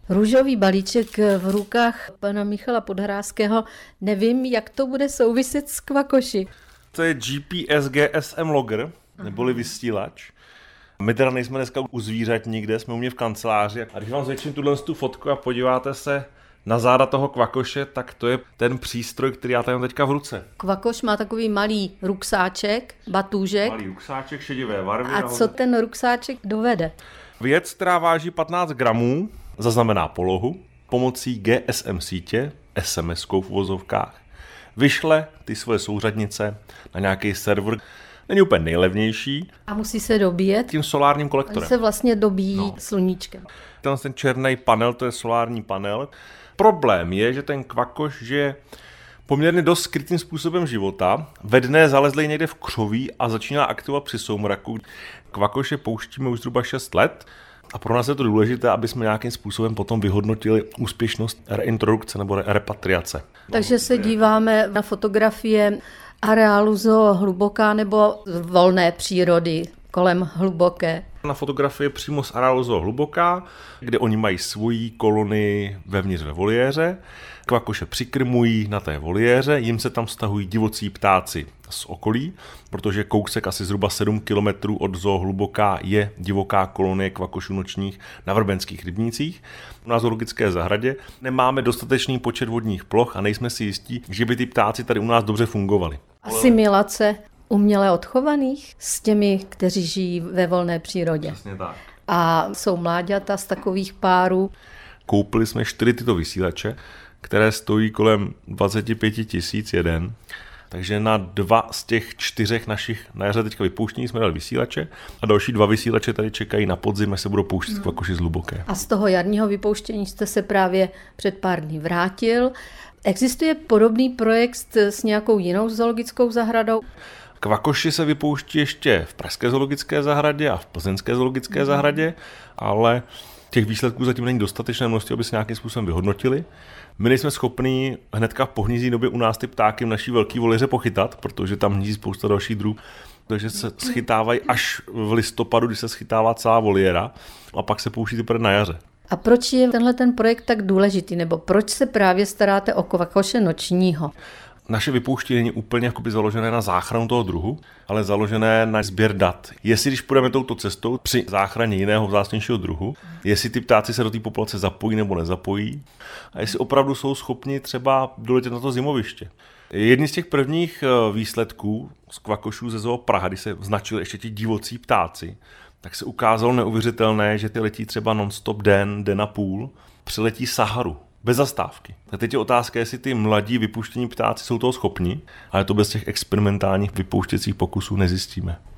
Růžový balíček v rukách pana Michala Podhrázkého. Nevím, jak to bude souviset s kvakoši. To je GPS GSM logger, neboli vysílač. My teda nejsme dneska u zvířat nikde, jsme u mě v kanceláři. A když vám zvětším tu fotku a podíváte se na záda toho kvakoše, tak to je ten přístroj, který já tady mám teďka v ruce. Kvakoš má takový malý ruksáček, batůžek. Malý ruksáček, šedivé barvy. A co ten ruksáček dovede? Věc, která váží 15 gramů, zaznamená polohu, pomocí GSM sítě, SMS-kou v uvozovkách, vyšle ty svoje souřadnice na nějaký server. Není úplně nejlevnější. A musí se dobíjet? Tím solárním kolektorem. Se vlastně dobíjí sluníčkem. Ten černý panel, to je solární panel. Problém je, že ten kvakoš žije poměrně dost skrytým způsobem života. Ve dne zalezlej někde v křoví a začíná aktivovat při soumraku. Kvakoše pouštíme už zhruba 6 let. A pro nás je to důležité, aby jsme nějakým způsobem potom vyhodnotili úspěšnost reintrodukce nebo repatriace. Takže se díváme na fotografie areálu Zoo Hluboká nebo volné přírody kolem Hluboké. Na fotografii přímo z areálu Zoo Hluboká, kde oni mají svoji kolonii vevnitř ve voliéře. Kvakoše přikrmují na té voliéře, jim se tam vztahují divocí ptáci z okolí, protože kousek asi zhruba 7 kilometrů od Zoo Hluboká je divoká kolonie kvakošů nočních na Vrbenských rybnících. U nás v zoologické zahradě nemáme dostatečný počet vodních ploch a nejsme si jistí, že by ty ptáci tady u nás dobře fungovali. Asimilace uměle odchovaných s těmi, kteří žijí ve volné přírodě. Přesně tak. A jsou mláďata z takových párů. Koupili jsme 4 tyto vysílače, které stojí kolem 25 000 jeden. Takže na 2 z těch 4 našich na jaře teďka vypouštění jsme dali vysílače a další 2 vysílače tady čekají na podzim, až se budou pouštět kvakoši z Hluboké. A z toho jarního vypouštění jste se právě před pár dní vrátil. Existuje podobný projekt s nějakou jinou zoologickou zahradou? Kvakoši se vypouští ještě v pražské zoologické zahradě a v plzeňské zoologické zahradě, ale těch výsledků zatím není dostatečné množství, aby se nějakým způsobem vyhodnotili. My nejsme schopní hnedka po hnízdní době u nás ty ptáky v naší velké voliéře pochytat, protože tam hnízdí spousta dalších druhů, takže se schytávají až v listopadu, kdy se schytává celá voliéra a pak se pouští teprve na jaře. A proč je tenhle ten projekt tak důležitý, nebo proč se právě staráte o kvakoše nočního? Naše vypouštění není úplně založené na záchranu toho druhu, ale založené na sběr dat. Jestli když půjdeme touto cestou při záchraně jiného vzácnějšího druhu, jestli ty ptáci se do té populace zapojí nebo nezapojí a jestli opravdu jsou schopni třeba doletět na to zimoviště. Jedný z těch prvních výsledků z kvakošů ze Zoo Praha, kdy se značili ještě ti divocí ptáci, tak se ukázalo neuvěřitelné, že ty letí třeba non-stop den a půl, přiletí Saharu. Bez zastávky. A teď je otázka, jestli ty mladí vypuštění ptáci jsou toho schopni, ale to bez těch experimentálních vypouštěcích pokusů nezjistíme.